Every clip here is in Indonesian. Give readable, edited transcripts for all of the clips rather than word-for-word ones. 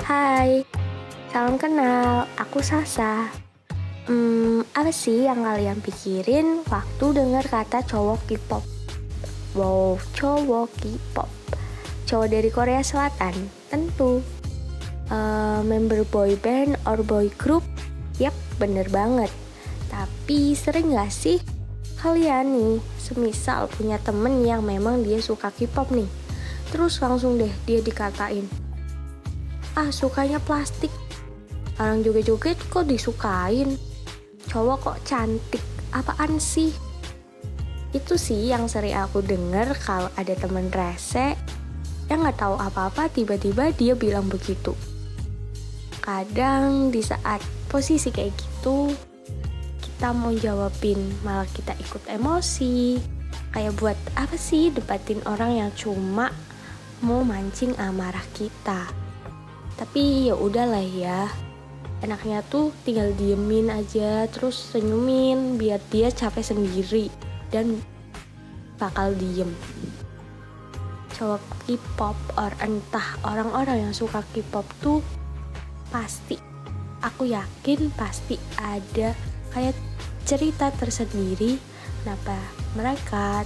Hai, salam kenal, aku Sasa. Apa sih yang kalian pikirin waktu dengar kata cowok K-pop? Wow, cowok K-pop. Cowok dari Korea Selatan, tentu. Member boy band or boy group? Yap, bener banget. Tapi sering gak sih kalian nih, semisal punya temen yang memang dia suka K-pop nih, terus langsung deh dia dikatain, sukanya plastik, orang joget-joget kok disukain, cowok kok cantik, apaan sih? Itu sih yang sering aku denger kalau ada temen rese yang gak tahu apa-apa tiba-tiba dia bilang begitu. Kadang di saat posisi kayak gitu, kita mau jawabin malah kita ikut emosi. Kayak buat apa sih debatin orang yang cuma mau mancing amarah kita. Tapi ya udahlah ya, enaknya tuh tinggal diemin aja, terus senyumin biar dia capek sendiri dan bakal diem. Cowok K-pop or entah orang-orang yang suka K-pop tuh pasti, aku yakin pasti ada kayak cerita tersendiri kenapa mereka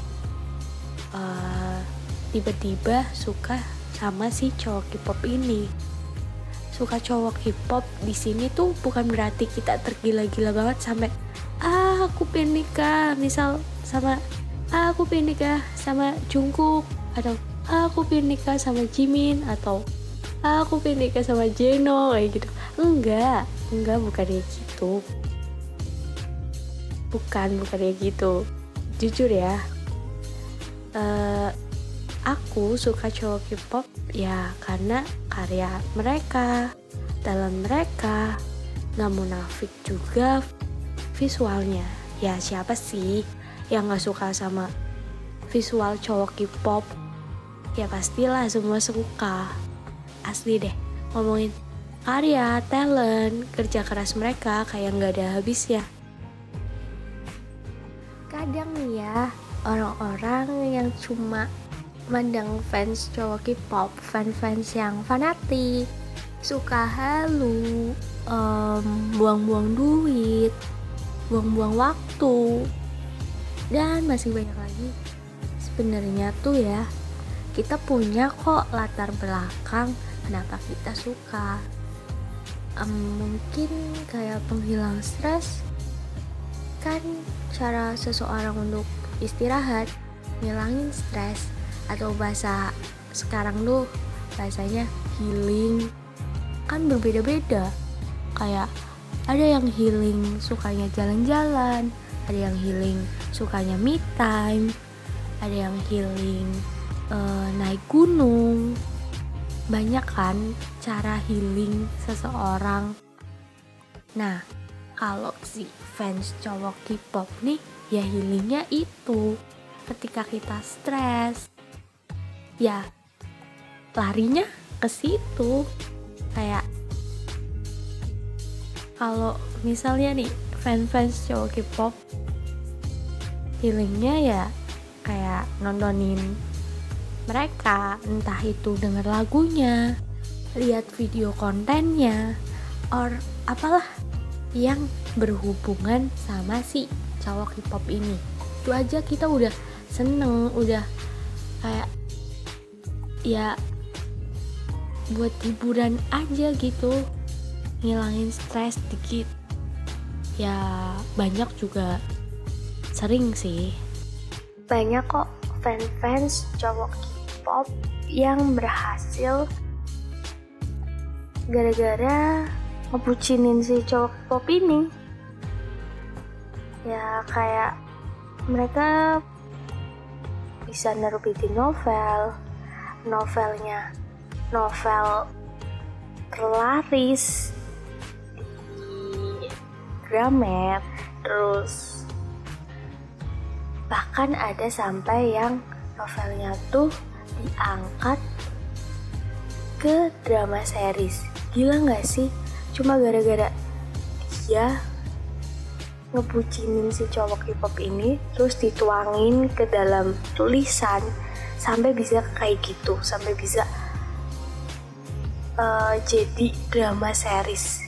tiba-tiba suka sama si cowok K-pop ini. Suka cowok K-pop di sini tuh bukan berarti kita tergila-gila banget sampai aku pengen nikah misal sama aku pengen nikah sama Jungkook, atau aku pengen nikah sama Jimin, atau aku pengen nikah sama Jeno kayak gitu. Enggak bukan kayak gitu. Bukan kayak gitu. Jujur ya, aku suka cowok K-pop ya karena karya mereka, talent mereka, gak munafik juga visualnya. Ya siapa sih yang gak suka sama visual cowok K-pop? Ya pastilah semua suka. Asli deh, ngomongin karya, talent, kerja keras mereka kayak gak ada habisnya. Kadang nih ya, orang-orang yang cuma mandang fans cowok K-pop, fans yang fanatik, suka halu, buang-buang duit, buang-buang waktu, dan masih banyak lagi. Sebenarnya tuh ya, kita punya kok latar belakang kenapa kita suka. Mungkin kayak penghilang stres, kan cara seseorang untuk istirahat, ngilangin stres, atau bahasa sekarang tuh bahasanya healing, kan berbeda-beda. Kayak ada yang healing sukanya jalan-jalan, ada yang healing sukanya me time, ada yang healing naik gunung. Banyak kan cara healing seseorang. Nah, kalau si fans cowok K-pop nih, ya healingnya itu ketika kita stres, ya larinya ke situ. Kayak kalau misalnya nih fans cowok K-pop, healingnya ya kayak nontonin mereka, entah itu denger lagunya, lihat video kontennya, or apalah yang berhubungan sama si cowok K-pop ini. Itu aja kita udah seneng, udah kayak ya buat hiburan aja gitu, ngilangin stres dikit. Ya banyak juga, sering sih, banyak kok fans cowok K-pop yang berhasil gara-gara ngebucinin si cowok K-pop ini. Ya kayak mereka bisa nerbitin novelnya novel terlaris di Gramet, terus bahkan ada sampai yang novelnya tuh diangkat ke drama series. Gila gak sih? Cuma gara-gara dia ngebucinin si cowok K-pop ini, terus dituangin ke dalam tulisan, sampai bisa kayak gitu, sampai bisa jadi drama series.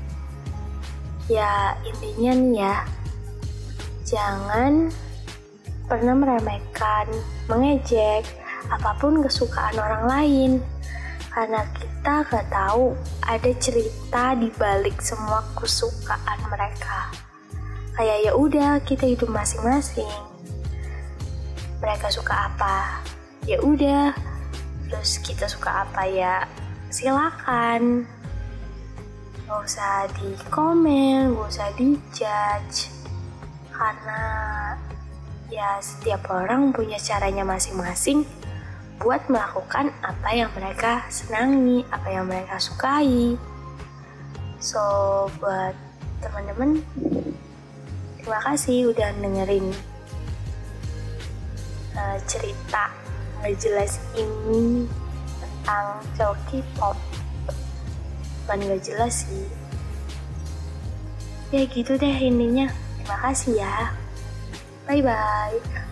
Ya intinya nih ya, jangan pernah meremehkan, mengejek apapun kesukaan orang lain, karena kita gak tahu ada cerita di balik semua kesukaan mereka. Kayak ya udah, kita hidup masing-masing. Mereka suka apa, ya udah. Terus kita suka apa ya silakan. Gak usah di komen, gak usah dijudge, karena ya setiap orang punya caranya masing-masing buat melakukan apa yang mereka senangi, apa yang mereka sukai. So buat teman-teman, terima kasih udah dengerin cerita gak jelas ini tentang cowok K-pop. Bukan gak jelas sih, ya gitu deh intinya. Terima kasih ya, bye bye.